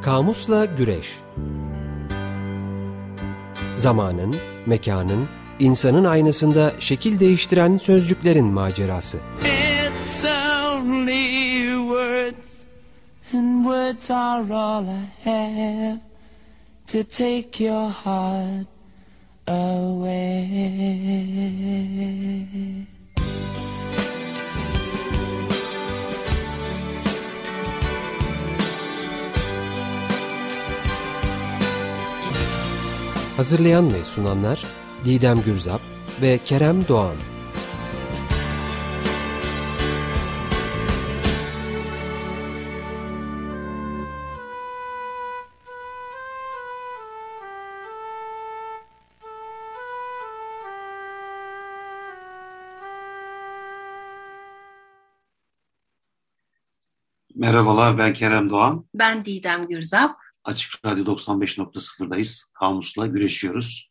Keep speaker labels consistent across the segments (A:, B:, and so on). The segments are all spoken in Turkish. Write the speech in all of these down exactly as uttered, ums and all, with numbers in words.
A: Kamusla Güreş. Zamanın, mekanın, insanın aynasında şekil değiştiren sözcüklerin macerası.
B: It's only words, and words are all I have to take your heart away.
A: Hazırlayan ve sunanlar Didem Gürzap ve Kerem Doğan.
C: Merhabalar, ben Kerem Doğan.
D: Ben Didem Gürzap.
C: Açık Radyo doksan beş nokta sıfırdayız. Kamusla güreşiyoruz.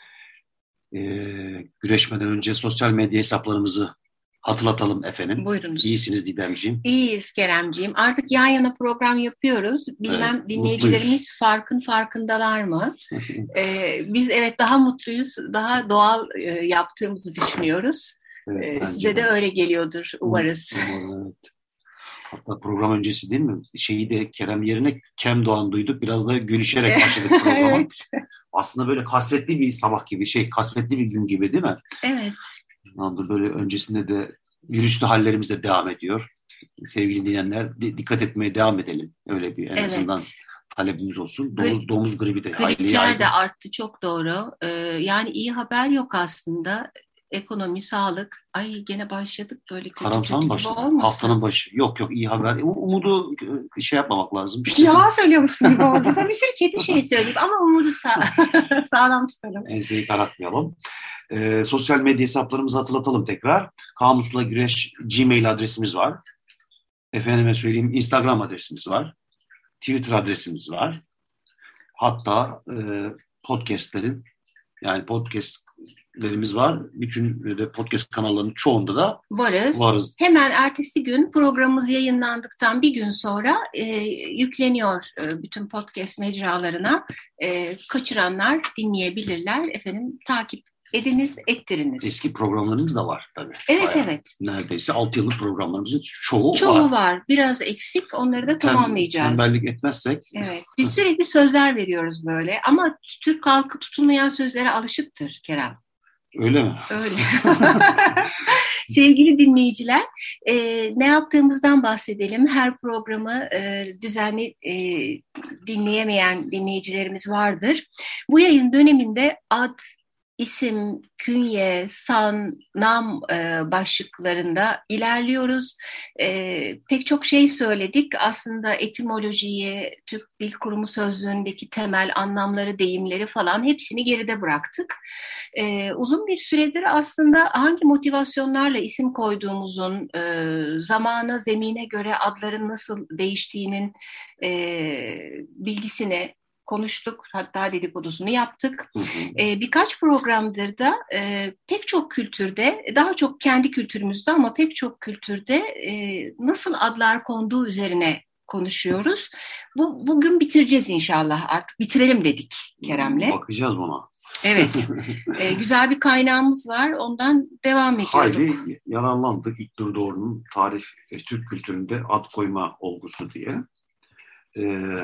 C: Ee, güreşmeden önce sosyal medya hesaplarımızı hatırlatalım efendim.
D: Buyurunuz.
C: İyisiniz Didemciğim.
D: İyiyiz Keremciğim. Artık yan yana program yapıyoruz. Bilmem
C: Evet,
D: dinleyicilerimiz
C: mutluyuz.
D: farkın farkındalar mı? ee, biz evet daha mutluyuz. Daha doğal e, yaptığımızı düşünüyoruz.
C: Evet,
D: ee, size de öyle geliyordur umarız.
C: Umarım, evet. Hatta program öncesi değil mi? Şeyi de Kerem yerine Kem Doğan duyduk. Biraz da gülüşerek başladık programa.
D: Evet.
C: Aslında böyle kasvetli bir sabah gibi, şey kasvetli bir gün gibi değil mi?
D: Evet.
C: Böyle öncesinde de virüslü hallerimiz de devam ediyor. Sevgili dinleyenler dikkat etmeye devam edelim. Öyle bir en
D: Evet.
C: azından talebimiz olsun. Domuz,
D: Gri-
C: domuz gribi de hayli
D: Gripler
C: yaygın.
D: de arttı, çok doğru. Ee, yani iyi haber yok aslında. Ekonomi, sağlık. Ay gene başladık böyle kötü
C: Karamsar
D: kötü
C: mı
D: gibi
C: başladı?
D: olmasın?
C: Haftanın başı. Yok yok iyi haber. U- Umudu şey yapmamak lazım. İşte
D: Yalan söylüyormuşsun gibi oldu. Sana bir sürü kötü şey söyleyeyim ama umudu sağ- sağlam tutalım.
C: enseyi karartmayalım. Ee, sosyal medya hesaplarımızı hatırlatalım tekrar. Kamusla Güreş Gmail adresimiz var. Efendime söyleyeyim Instagram adresimiz var. Twitter adresimiz var. Hatta e, podcastlerin yani podcastlerimiz var. Bütün de podcast kanallarının çoğunda da
D: Varız.
C: varız.
D: Hemen ertesi gün programımız yayınlandıktan bir gün sonra e, yükleniyor e, bütün podcast mecralarına. E, kaçıranlar dinleyebilirler. Efendim takip ediniz, ettiriniz.
C: Eski programlarımız da var tabii.
D: Evet,
C: Bayağı.
D: evet.
C: Neredeyse altı yıllık programlarımızın çoğu,
D: Çoğu
C: var.
D: var. Biraz eksik. Onları da
C: Tem-
D: tamamlayacağız.
C: Tembellik etmezsek.
D: Evet. Biz sürekli sözler veriyoruz böyle. Ama Türk halkı tutulmayan sözlere alışıktır Kerem.
C: Öyle mi?
D: Öyle. Sevgili dinleyiciler, e, ne yaptığımızdan bahsedelim. Her programı e, düzenli e, dinleyemeyen dinleyicilerimiz vardır. Bu yayın döneminde ad, isim, künye, san, nam e, başlıklarında ilerliyoruz. E, pek çok şey söyledik. Aslında etimolojiyi, Türk Dil Kurumu sözlüğündeki temel anlamları, deyimleri falan hepsini geride bıraktık. E, uzun bir süredir aslında hangi motivasyonlarla isim koyduğumuzun, e, zamana, zemine göre adların nasıl değiştiğinin e, bilgisini konuştuk, hatta dedikodusunu yaptık.
C: Hı hı.
D: Ee, birkaç programdır da e, pek çok kültürde, daha çok kendi kültürümüzde ama pek çok kültürde e, nasıl adlar konduğu üzerine konuşuyoruz. Bu bugün bitireceğiz inşallah. Artık bitirelim dedik Kerem'le.
C: Bakacağız ona.
D: Evet. e, güzel bir kaynağımız var. Ondan devam ediyorduk.
C: Hayli yararlandık İlknur Doğru'nun tarih e, Türk kültüründe ad koyma olgusu diye. Ee,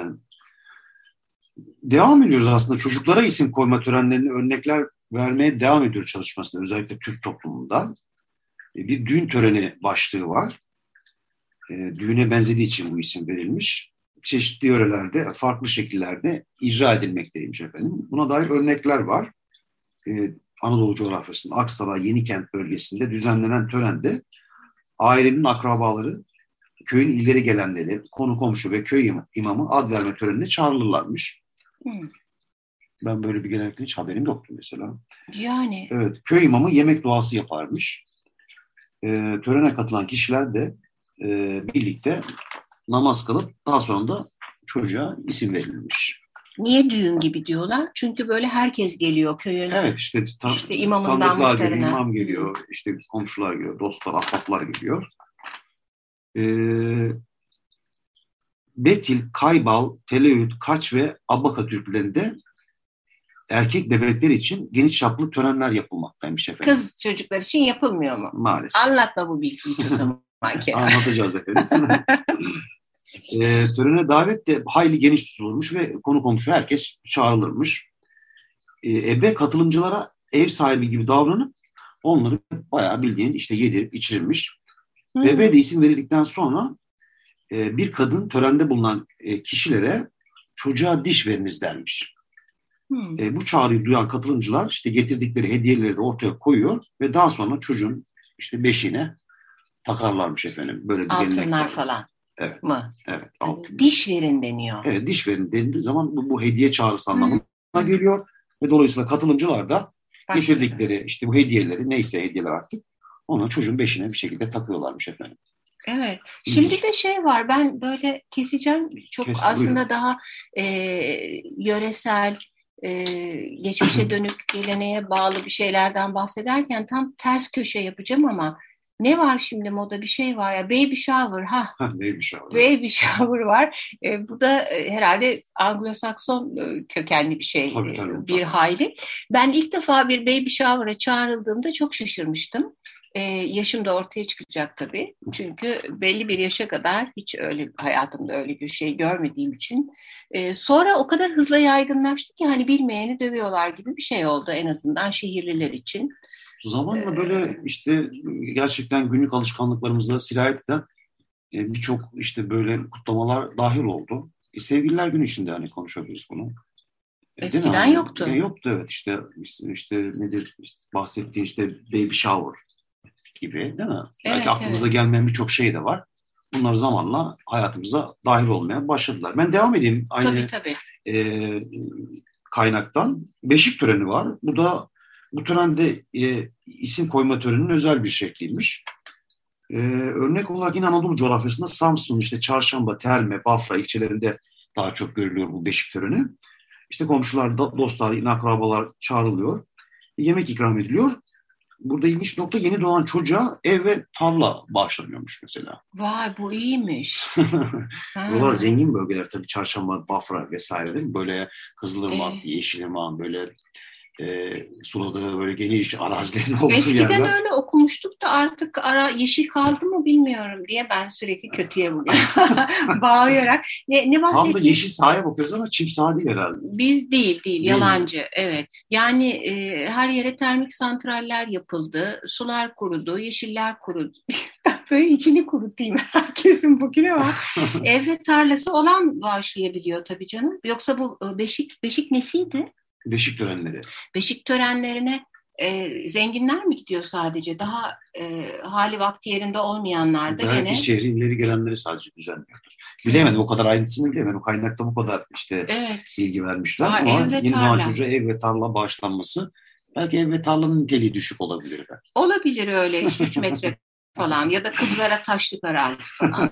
C: devam ediyoruz aslında. Çocuklara isim koyma törenlerine örnekler vermeye devam ediyor çalışmasında. Özellikle Türk toplumunda. Ee, bir düğün töreni başlığı var. Ee, düğüne benzediği için bu isim verilmiş. Çeşitli yörelerde, farklı şekillerde icra edilmekteymiş efendim. Buna dair örnekler var. Ee, Anadolu coğrafyasında, Aksaray, Yenikent bölgesinde düzenlenen törende ailenin akrabaları, köyün ileri gelenleri, konu komşu ve köy imamı ad verme törenine çağrılırlarmış.
D: Hmm.
C: Ben böyle bir gelenekten hiç haberim yoktu mesela.
D: Yani.
C: Evet, köy imamı yemek duası yaparmış. Ee, törene katılan kişiler de e, birlikte namaz kılıp daha sonra da çocuğa isim verilmiş.
D: Niye düğün gibi diyorlar? Çünkü böyle herkes geliyor köyün.
C: Evet işte, ta-
D: işte imamından
C: tanıdıklar geliyor,
D: muhtarına.
C: imam geliyor, işte komşular geliyor, dostlar, ahbaplar geliyor. Ee, Betil, Kaybal, Teleüt, Kaç ve Abaka türkülerinde erkek bebekler için geniş çaplı törenler yapılmaktaymış efendim.
D: Kız çocuklar için yapılmıyor mu?
C: Maalesef.
D: Anlatma bu bilgiyi o zaman.
C: Anlatacağız efendim. e, törene davet de hayli geniş tutulmuş ve konu komşu herkes çağrılırmış. E, ebe katılımcılara ev sahibi gibi davranıp onları bayağı bildiğin işte yedirip içirilmiş. Hmm. Bebe de isim verildikten sonra e, bir kadın törende bulunan e, kişilere çocuğa diş veriniz dermiş. Hmm. E, bu çağrıyı duyan katılımcılar işte getirdikleri hediyeleri de ortaya koyuyor ve daha sonra çocuğun işte beşiğine takarlarmış efendim. Böyle bir
D: altınlar falan.
C: Evet.
D: Mı?
C: Evet. Altın.
D: Diş verin deniyor.
C: Evet, diş verin denildiği zaman bu, bu hediye çağrısı anlamına hmm. geliyor ve dolayısıyla katılımcılar da Başka getirdikleri yani. işte bu hediyeleri neyse hediyeler artık ona çocuğun beşine bir şekilde takıyorlarmış efendim.
D: Evet. Şimdi İlginç. de şey var, ben böyle keseceğim çok Kesin, aslında buyurun. daha e, yöresel, e, geçmişe dönük geleneğe bağlı bir şeylerden bahsederken tam ters köşe yapacağım ama ne var şimdi moda bir şey var ya, baby shower ha.
C: ha baby shower.
D: Baby shower var. E, bu da e, herhalde Anglo-Sakson e, kökenli bir şey tabii, tabii, bir tabii. hayli. Ben ilk defa bir baby shower'a çağrıldığımda çok şaşırmıştım. Ee, yaşım da ortaya çıkacak tabii. Çünkü belli bir yaşa kadar hiç öyle hayatımda öyle bir şey görmediğim için. Ee, sonra o kadar hızla yaygınlaştı ki hani bilmeyeni dövüyorlar gibi bir şey oldu en azından şehirliler için.
C: Zamanla böyle işte gerçekten günlük alışkanlıklarımıza sirayet eden birçok işte böyle kutlamalar dahil oldu. E, Sevgililer Günü içinde hani konuşabiliriz bunu.
D: Eskiden hani, yoktu.
C: E, yoktu evet işte işte nedir işte bahsettiğin işte baby shower gibi değil mi? Evet, belki aklımıza evet. gelmeyen birçok şey de var. Bunlar zamanla hayatımıza dahil olmaya başladılar. Ben devam edeyim aynı tabii, tabii. E, kaynaktan. Beşik töreni var. Bu da bu törende e, isim koyma töreninin özel bir şekliymiş. E, örnek olarak yine Anadolu coğrafyasında Samsun, işte Çarşamba, Terme, Bafra ilçelerinde daha çok görülüyor bu beşik töreni. İşte komşular, dostlar, yine akrabalar çağrılıyor. E, yemek ikram ediliyor. Burada ilginç nokta yeni doğan çocuğa ev ve tarla bağışlanıyormuş mesela.
D: Vay bu iyiymiş.
C: Buralar zengin bölgeler tabii Çarşamba, Bafra vesaire değil mi? Böyle Kızılırmak, ee, Yeşilırmak böyle e, suladığı böyle geniş arazilerin olduğu
D: eskiden
C: yerler.
D: Eskiden öyle okumuştuk da artık ara yeşil kaldı mı bilmiyorum diye ben sürekli kötüye vuruyorum. Bağırarak. Ne, ne
C: Tam da yeşil sahaya bakıyoruz ama çim saha değil herhalde.
D: Biz değil, değil. Yalancı. Değil. Evet. Yani e, her yere termik santraller yapıldı. Sular kurudu, yeşiller kurudu. Böyle içini kurutayım herkesin bugün ama ev ve tarlası olan bağışlayabiliyor tabii canım. Yoksa bu beşik beşik nesiydi?
C: Beşik törenleri.
D: Beşik törenlerine e, zenginler mi gidiyor sadece? Daha e, hali vakti yerinde olmayanlar da
C: belki
D: gene.
C: Şehrin ileri gelenleri sadece düzenliyordur. Bilemedim, o kadar ayrıntısını bilemedim. O kaynakta bu kadar işte evet. ilgi vermişler. Aa, ama yeni doğan çocuğa ev ve tarla bağışlanması belki ev ve tarlanın niteliği düşük olabilir. Belki.
D: Olabilir öyle üç metre falan ya da kızlara taşlık arazi falan.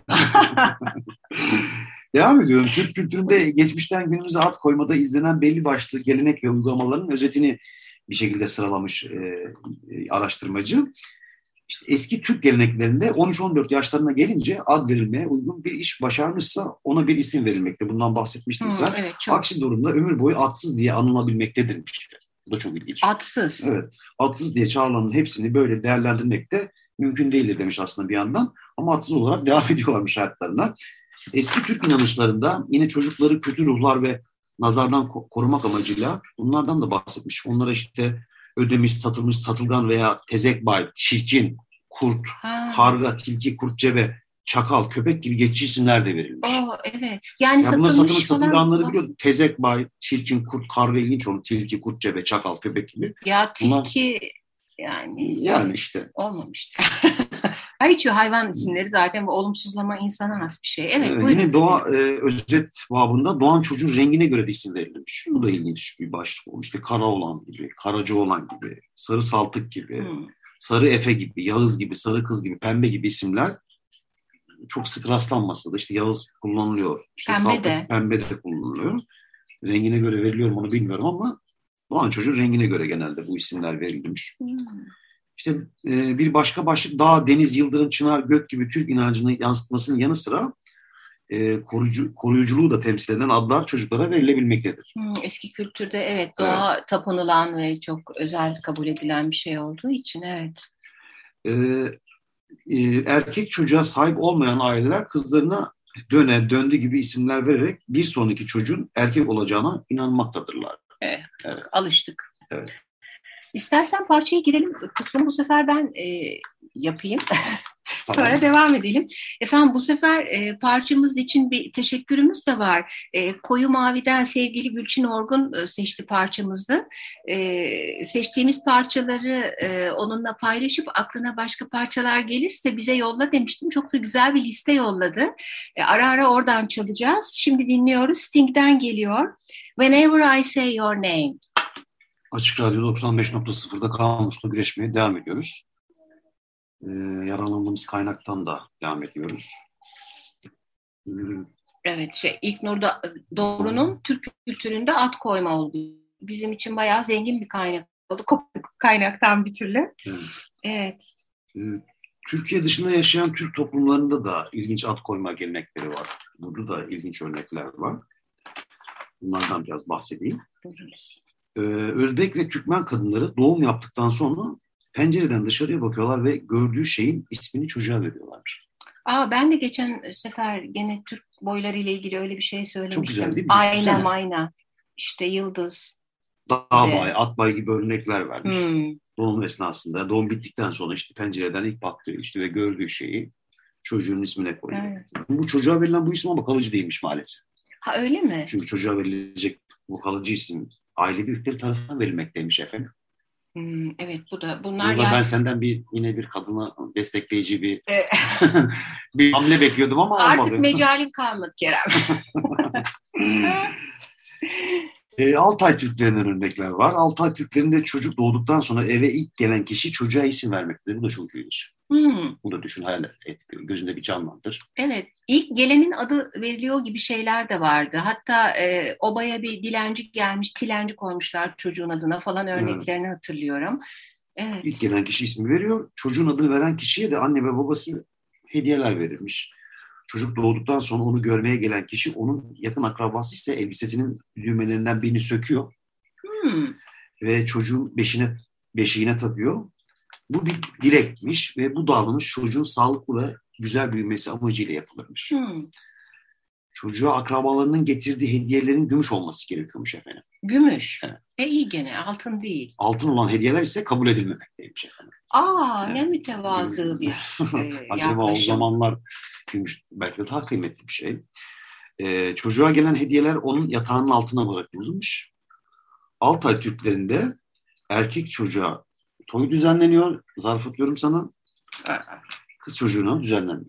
C: Devam ediyorum. Türk kültüründe geçmişten günümüze ad koymada izlenen belli başlı gelenek ve uygulamaların özetini bir şekilde sıralamış e, e, araştırmacı. İşte eski Türk geleneklerinde on üç on dört yaşlarına gelince ad verilmeye uygun bir iş başarmışsa ona bir isim verilmekte. Bundan bahsetmiştim sen. Evet, aksi durumda ömür boyu adsız diye anılabilmektedirmiş. Bu da çok ilginç.
D: Adsız.
C: Evet. Adsız diye çağrılanın hepsini böyle değerlendirmek de mümkün değildir demiş aslında bir yandan. Ama adsız olarak devam ediyorlarmış hayatlarına. Eski Türk inanışlarında yine çocukları kötü ruhlar ve nazardan korumak amacıyla bunlardan da bahsetmiş. Onlara işte ödemiş, satılmış, satılgan veya tezekbay, çirkin, kurt, ha. karga, tilki, kurtçebe, çakal, köpek gibi geçici isimler de verilmiş.
D: Oo, evet. Yani, yani
C: bunlar satılmış, satılganları biliyoruz. Tezekbay, çirkin, kurt, karga ilginç olur. Tilki, kurtçebe, çakal, köpek gibi.
D: Ya tilki bunlar... yani
C: yani işte
D: olmamıştı. Hiç hayvan isimleri zaten bu olumsuzlama insana has bir şey. Evet.
C: Ee, yine doğa e, özet babında doğan çocuğun rengine göre de isim verilmiş. Hmm. Bu da ilginç bir başlık olmuş. İşte kara olan gibi, karaca olan gibi, sarı saltık gibi, hmm. sarı efe gibi, Yağız gibi, sarı kız gibi, pembe gibi isimler çok sık rastlanmasa da işte Yağız kullanılıyor. İşte
D: pembe
C: saltık,
D: de.
C: Pembe de kullanılıyor. Rengine göre veriliyor mu onu bilmiyorum ama doğan çocuğun rengine göre genelde bu isimler verilmiş. Hmm. İşte e, bir başka başlık dağ, deniz, yıldırım, çınar, gök gibi Türk inancını yansıtmasının yanı sıra e, koruyucu, koruyuculuğu da temsil eden adlar çocuklara verilebilmektedir.
D: Hmm, eski kültürde evet doğa evet. tapınılan ve çok özel kabul edilen bir şey olduğu için evet.
C: E, e, erkek çocuğa sahip olmayan aileler kızlarına döne, döndü gibi isimler vererek bir sonraki çocuğun erkek olacağına inanmaktadırlar.
D: Evet, evet. Alıştık.
C: Evet.
D: İstersen parçaya girelim. Kısmını bu sefer ben e, yapayım.
C: Tamam.
D: Sonra devam edelim. Efendim bu sefer e, parçamız için bir teşekkürümüz de var. E, Koyu Mavi'den sevgili Gülçin Orgun e, seçti parçamızı. E, seçtiğimiz parçaları e, onunla paylaşıp aklına başka parçalar gelirse bize yolla demiştim. Çok da güzel bir liste yolladı. E, ara ara oradan çalacağız. Şimdi dinliyoruz. Sting'den geliyor. Whenever I Say Your Name.
C: Açık Radyo doksan beş nokta sıfırda kamusla güreşmeye devam ediyoruz. Ee, yararlandığımız kaynaktan da devam ediyoruz. Ee,
D: evet, şey İlknur Doğru'nun Türk kültüründe at koyma oldu. Bizim için bayağı zengin bir kaynak oldu. Koptuk kaynaktan bir türlü. Evet. evet.
C: Ee, Türkiye dışında yaşayan Türk toplumlarında da ilginç at koyma gelenekleri var. Burada da ilginç örnekler var. Bunlardan biraz bahsedeyim.
D: Buyurunuz.
C: Ee, Özbek ve Türkmen kadınları doğum yaptıktan sonra pencereden dışarıya bakıyorlar ve gördüğü şeyin ismini çocuğa veriyorlar.
D: Aa, ben de geçen sefer gene Türk boyları ile ilgili öyle bir şey söylemiştim.
C: Çok güzel değil mi?
D: Ayna mayna, işte yıldız.
C: Dağbay, atbay gibi örnekler vermiş.
D: Hmm.
C: Doğum esnasında, doğum bittikten sonra işte pencereden ilk baktığı işte ve gördüğü şeyi çocuğun ismine koyuyor. Evet. Bu çocuğa verilen bu isim ama kalıcı değilmiş maalesef.
D: Ha öyle mi?
C: Çünkü çocuğa verilecek bu kalıcı isim aile büyükleri tarafından verilmekteymiş efendim.
D: Hmm, evet bu da bunlar
C: yani... Ben senden bir yine bir kadına destekleyici bir bir hamle bekliyordum ama
D: artık
C: olmadı.
D: mecalim kalmadı Kerem.
C: e, Altay Türklerinden örnekler var. Altay Türklerinde çocuk doğduktan sonra eve ilk gelen kişi çocuğa isim vermektedir. Bu da çok ilginç.
D: Hmm.
C: Bu da düşün, hayal et, gözünde bir canlandır.
D: Evet, ilk gelenin adı veriliyor gibi şeyler de vardı. Hatta e, obaya bir dilenci gelmiş, tilenci koymuşlar çocuğun adına falan örneklerini evet. hatırlıyorum. Evet.
C: İlk gelen kişi ismi veriyor. Çocuğun adını veren kişiye de anne ve babası hediyeler verilmiş. Çocuk doğduktan sonra onu görmeye gelen kişi onun yakın akrabası ise elbisesinin düğmelerinden birini söküyor.
D: Hmm.
C: Ve çocuğun beşine, beşiğine takıyor. Bu bir dilekmiş ve bu davranış çocuğun sağlıklı ve güzel büyümesi amacıyla yapılırmış.
D: Hmm.
C: Çocuğa akrabalarının getirdiği hediyelerin gümüş olması gerekiyormuş efendim.
D: Gümüş?
C: Evet.
D: E iyi gene, altın değil.
C: Altın olan hediyeler ise kabul edilmemekteymiş efendim.
D: Aa, evet. Ne mütevazı bir e,
C: acaba o zamanlar gümüş belki de daha kıymetli bir şey. Ee, çocuğa gelen hediyeler onun yatağının altına bırakılmış. Altay Türklerinde erkek çocuğa toy düzenleniyor. Zarf atıyorum sana. Kız çocuğuna düzenlenmiyor.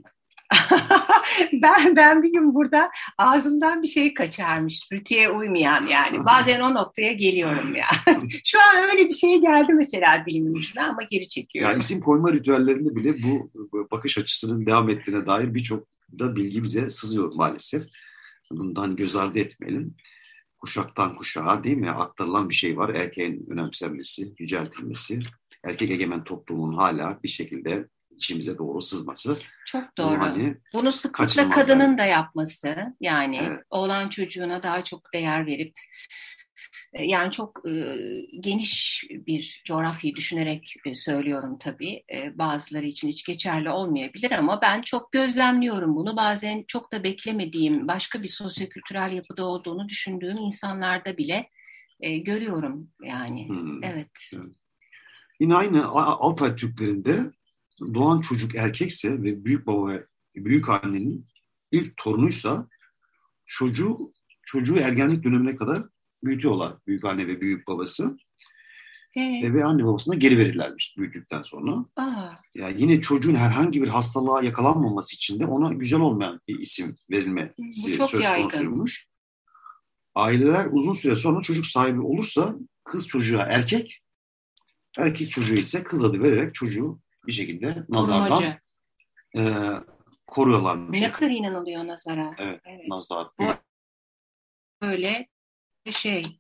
D: ben ben bir gün burada ağzımdan bir şey kaçarmış. Rütüye uymayan yani. Bazen o noktaya geliyorum ya. Şu an öyle bir şey geldi mesela dilimin ucuna ama geri çekiyorum.
C: Yani isim koyma ritüellerinde bile bu bakış açısının devam ettiğine dair birçok da bilgi bize sızıyor maalesef. Bundan göz ardı etmeyelim. Kuşaktan kuşağa değil mi? Aktarılan bir şey var. Erkeğin önemsenmesi, yüceltilmesi. Erkek egemen toplumun hala bir şekilde içimize doğru sızması.
D: Çok doğru.
C: Hani
D: bunu sıklıkla kadının da yapması. Yani evet. Oğlan çocuğuna daha çok değer verip yani çok e, geniş bir coğrafyayı düşünerek e, söylüyorum tabii. E, bazıları için hiç geçerli olmayabilir ama ben çok gözlemliyorum bunu. Bazen çok da beklemediğim başka bir sosyokültürel yapıda olduğunu düşündüğüm insanlarda bile e, görüyorum yani. Hmm. Evet.
C: evet. Yine aynı Altay Türklerinde doğan çocuk erkekse ve büyük baba ve büyük annenin ilk torunuysa çocuğu çocuğu ergenlik dönemine kadar büyütüyorlar büyük anne ve büyük babası.
D: Evet.
C: Ve anne babasına geri verirlermiş büyüdükten sonra.
D: Aa.
C: Yani yine çocuğun herhangi bir hastalığa yakalanmaması için de ona güzel olmayan bir isim verilmesi söz konusuymuş. Aileler uzun süre sonra çocuk sahibi olursa kız çocuğa erkek, erkek çocuğu ise kız adı vererek çocuğu bir şekilde nazardan e, koruyorlarmış.
D: Ne kadar inanılıyor nazara.
C: Evet, evet. Nazar.
D: Böyle şey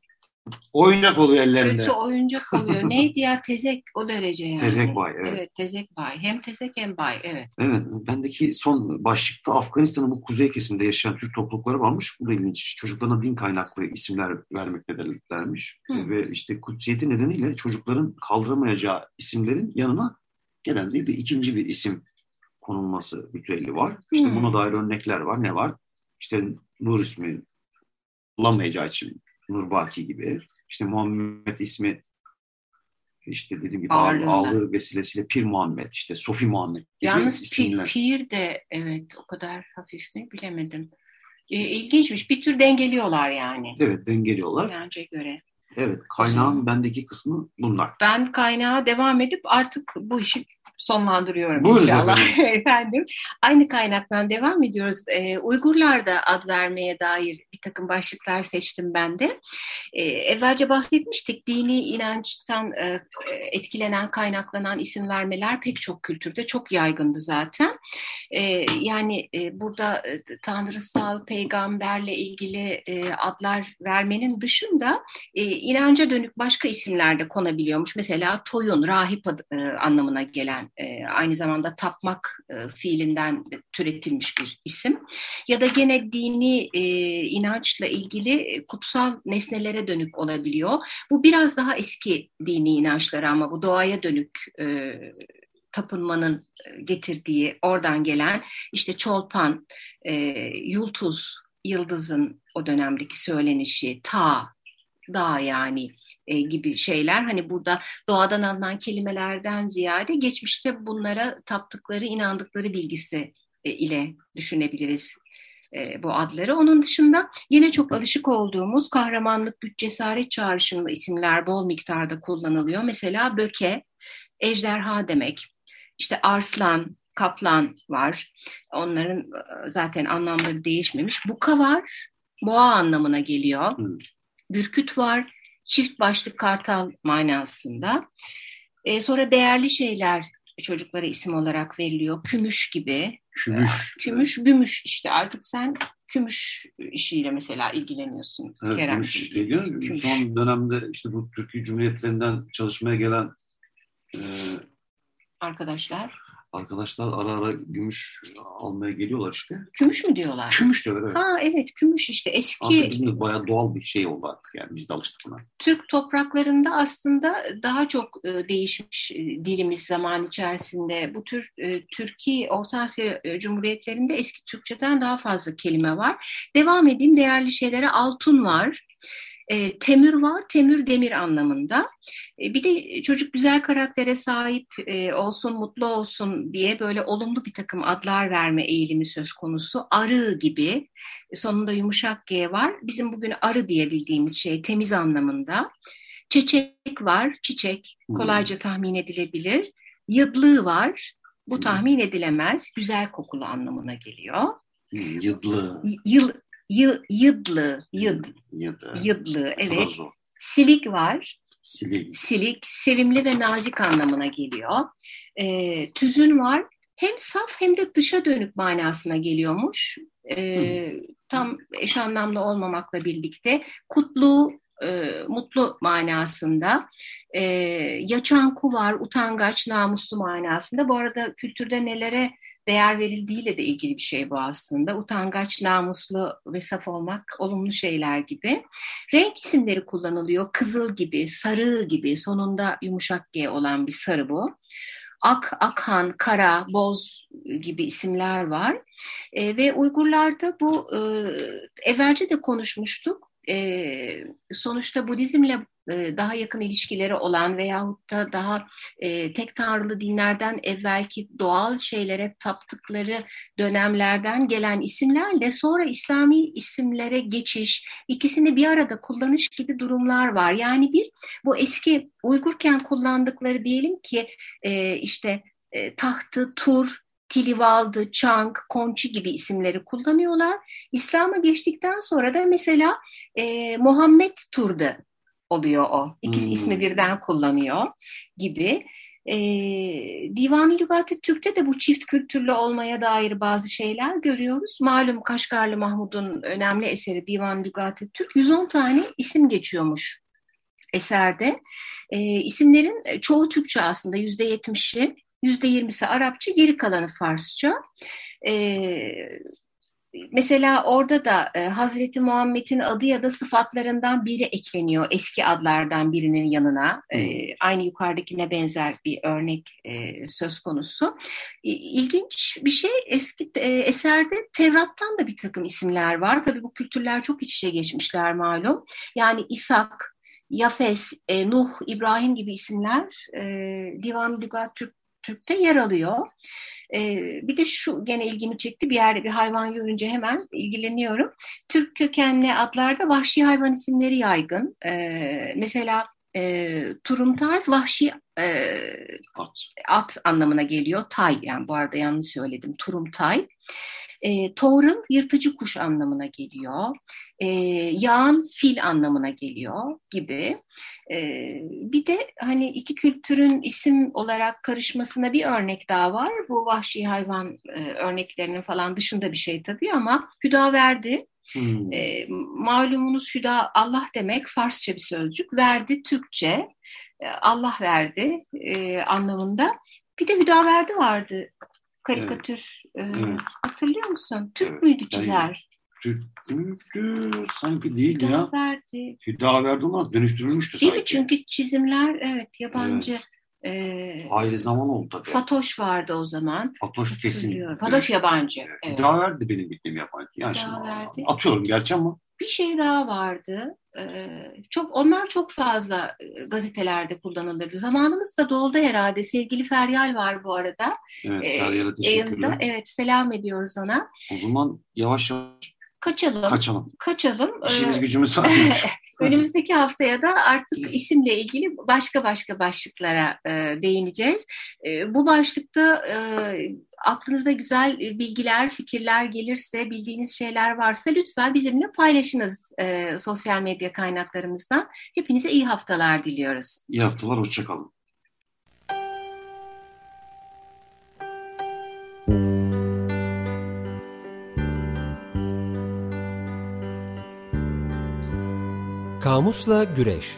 C: Oyuncak oluyor ellerinde.
D: Kötü oyuncak oluyor. Neydi ya? Tezek o derece yani.
C: Tezek bay, evet.
D: Evet, tezek bay. Hem tezek hem bay, evet.
C: Evet, bendeki son başlıkta Afganistan'ın bu kuzey kesiminde yaşayan Türk toplulukları varmış. Bu da ilginç. Çocuklarına din kaynaklı isimler vermektedirlermiş.
D: Hı.
C: Ve işte kutsiyeti nedeniyle çocukların kaldıramayacağı isimlerin yanına genelde bir ikinci bir isim konulması ritüeli var. İşte
D: Hı.
C: buna dair örnekler var. Ne var? İşte Nur ismi bulamayacağı için Nurbaki gibi. İşte Muhammed ismi işte dediğim gibi
D: Ağırlığında.
C: ağırlığı vesilesiyle Pir Muhammed, işte Sofi Muhammed gibi
D: Yalnız
C: isimler.
D: Pir, Pir de evet o kadar hafif mi bilemedim. E, ilginçmiş. Bir tür dengeliyorlar yani.
C: Evet, dengeliyorlar.
D: İnanca göre.
C: Evet, kaynağın bendeki kısmı bunlar.
D: Ben kaynağa devam edip artık bu işi sonlandırıyorum
C: Buyurun
D: inşallah.
C: efendim.
D: Efendim. Aynı kaynaktan devam ediyoruz. Ee, Uygurlar da ad vermeye dair bir takım başlıklar seçtim ben de. Ee, evvelce bahsetmiştik. Dini inançtan e, etkilenen, kaynaklanan isim vermeler pek çok kültürde çok yaygındı zaten. Ee, yani e, burada e, tanrısal, peygamberle ilgili e, adlar vermenin dışında e, inanca dönük başka isimler de konabiliyormuş. Mesela toyun, rahip adı, e, anlamına gelen, e, aynı zamanda tapmak e, fiilinden türetilmiş bir isim. Ya da gene dini e, inançla ilgili kutsal nesnelere dönük olabiliyor. Bu biraz daha eski dini inançları ama bu doğaya dönük e, tapınmanın getirdiği, oradan gelen işte çolpan, e, yultuz, yıldızın o dönemdeki söylenişi, ta, dağ yani e, gibi şeyler. Hani burada doğadan alınan kelimelerden ziyade geçmişte bunlara taptıkları, inandıkları bilgisi e, ile düşünebiliriz e, bu adları. Onun dışında yine çok alışık olduğumuz kahramanlık, güç, cesaret çağrışımlı isimler bol miktarda kullanılıyor. Mesela böke, ejderha demek. İşte arslan, kaplan var. Onların zaten anlamları değişmemiş. Buka var, boğa anlamına geliyor.
C: Hmm.
D: Bürküt var, çift başlı kartal manasında. E, sonra değerli şeyler çocuklara isim olarak veriliyor. Kümüş gibi.
C: Kümüş.
D: Kümüş, gümüş işte. Artık sen kümüş işiyle mesela ilgileniyorsun.
C: Evet,
D: Kerem.
C: gümüş geliyor.
D: Kümüş.
C: Son dönemde işte bu Türkiye Cumhuriyetlerinden çalışmaya gelen e,
D: arkadaşlar.
C: Arkadaşlar ara ara gümüş almaya geliyorlar işte.
D: Kümüş mü diyorlar?
C: Kümüş diyorlar, evet.
D: Ha evet, kümüş işte eski.
C: Artık bizim de bayağı doğal bir şey oldu artık yani, biz de alıştık buna.
D: Türk topraklarında aslında daha çok e, değişmiş e, dilimiz zaman içerisinde. Bu tür e, Türkiye, Orta Asya e, Cumhuriyetlerinde eski Türkçeden daha fazla kelime var. Devam edeyim, değerli şeylere. Altun var. E, temür var, temür demir anlamında. E, bir de çocuk güzel karaktere sahip e, olsun, mutlu olsun diye böyle olumlu bir takım adlar verme eğilimi söz konusu. Arı gibi, sonunda yumuşak G var. Bizim bugün arı diye bildiğimiz şey temiz anlamında. Çiçek var, çiçek kolayca tahmin edilebilir. Yıdlığı var, bu tahmin edilemez, güzel kokulu anlamına geliyor.
C: Hmm, yıdlı.
D: Yıl Y- yıdlı, yıd,
C: Yıdı.
D: yıdlı, evet. Silik var.
C: Silik.
D: Silik, sevimli ve nazik anlamına geliyor. E, tüzün var. Hem saf hem de dışa dönük manasına geliyormuş. E, tam eş anlamlı olmamakla birlikte kutlu, e, mutlu manasında. E, yaşanku var, utangaç, namuslu manasında. Bu arada kültürde nelere değer verildiğiyle de ilgili bir şey bu aslında. Utangaç, namuslu ve saf olmak olumlu şeyler gibi. Renk isimleri kullanılıyor. Kızıl gibi, sarı gibi, sonunda yumuşak G olan bir sarı bu. Ak, Akhan, Kara, Boz gibi isimler var. E, ve Uygurlarda bu e, evvelce de konuşmuştuk. E, sonuçta Budizmle e, daha yakın ilişkileri olan veyahut da daha e, tek tanrılı dinlerden evvelki doğal şeylere taptıkları dönemlerden gelen isimlerle sonra İslami isimlere geçiş, ikisini bir arada kullanış gibi durumlar var. Yani bir bu eski Uygurken kullandıkları diyelim ki e, işte e, tahtı, tur, Tilivaldı, Çang, Konçi gibi isimleri kullanıyorlar. İslam'a geçtikten sonra da mesela e, Muhammed Tur'da oluyor o. İkisi hmm. ismi birden kullanıyor gibi. E, Divan-ı Lügat-ı Türk'te de bu çift kültürlü olmaya dair bazı şeyler görüyoruz. Malum Kaşgarlı Mahmud'un önemli eseri Divan-ı Lügat-ı Türk yüz on tane isim geçiyormuş eserde. E, isimlerin çoğu Türkçe aslında, yüzde yetmişi, yüzde yirmisi Arapça, geri kalanı Farsça. E, Mesela orada da e, Hazreti Muhammed'in adı ya da sıfatlarından biri ekleniyor eski adlardan birinin yanına. E, aynı yukarıdakine benzer bir örnek e, söz konusu. E, ilginç bir şey, eski e, eserde Tevrat'tan da bir takım isimler var. Tabii bu kültürler çok iç içe geçmişler malum. Yani İshak, Yafes, e, Nuh, İbrahim gibi isimler e, Divan-ı Lügat Türk Türk'te yer alıyor. Ee, bir de şu gene ilgimi çekti. Bir yerde bir hayvan görünce hemen ilgileniyorum. Türk kökenli adlarda vahşi hayvan isimleri yaygın. Ee, mesela e, turumtaz vahşi e, at. at anlamına geliyor. Tay, yani bu arada yanlış söyledim. Turumtay. E, Toğrul yırtıcı kuş anlamına geliyor. E, yağan fil anlamına geliyor gibi. E, bir de hani iki kültürün isim olarak karışmasına bir örnek daha var. Bu vahşi hayvan e, örneklerinin falan dışında bir şey tabii ama Hüdaverdi. Hmm. E, malumunuz Hüda Allah demek, Farsça bir sözcük. Verdi Türkçe. E, Allah verdi e, anlamında. Bir de Hüdaverdi vardı. Karikatür. Evet. Ee, evet. Hatırlıyor musun? Türk evet. müydü çizer?
C: Türk müydü? Sanki değil ya. Hüdaverdi. Hüdaverdi olmaz. Dönüştürülmüştü
D: değil
C: sanki.
D: Değil mi? Çünkü çizimler evet yabancı. Evet.
C: E, Hayli zaman oldu tabii.
D: Fatoş vardı o zaman.
C: Fatoş kesin.
D: Fatoş yabancı.
C: Evet. Evet. Hüdaverdi benim bildiğim yabancı. Yani şimdi atıyorum gerçi ama.
D: Bir şey daha vardı. Ee, çok onlar çok fazla gazetelerde kullanılırdı. Zamanımız da doldu herhalde. Sevgili Feryal var bu arada.
C: Evet, Feryal'e teşekkürler.
D: Evet, selam ediyoruz ona.
C: O zaman yavaş yavaş
D: kaçalım.
C: Kaçalım.
D: Kaçalım.
C: İşimiz gücümüz var.
D: Önümüzdeki haftaya da artık isimle ilgili başka başka başlıklara e, değineceğiz. E, bu başlıkta e, aklınıza güzel bilgiler, fikirler gelirse, bildiğiniz şeyler varsa lütfen bizimle paylaşınız e, sosyal medya kaynaklarımızdan. Hepinize iyi haftalar diliyoruz.
C: İyi haftalar, hoşça kalın.
A: Kamusla Güreş.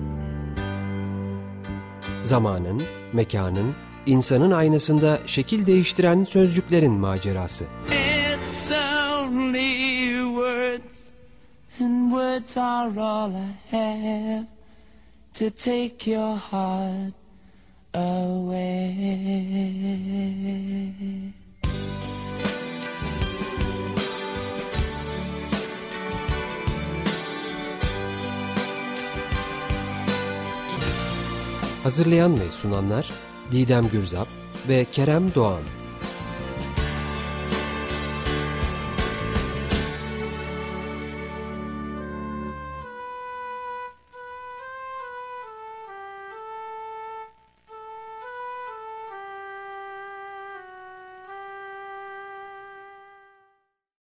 A: Zamanın, mekanın, insanın aynasında şekil değiştiren sözcüklerin macerası.
B: It's only words, and words are all I have to take your heart away.
A: Hazırlayan ve sunanlar Didem Gürzap ve Kerem Doğan.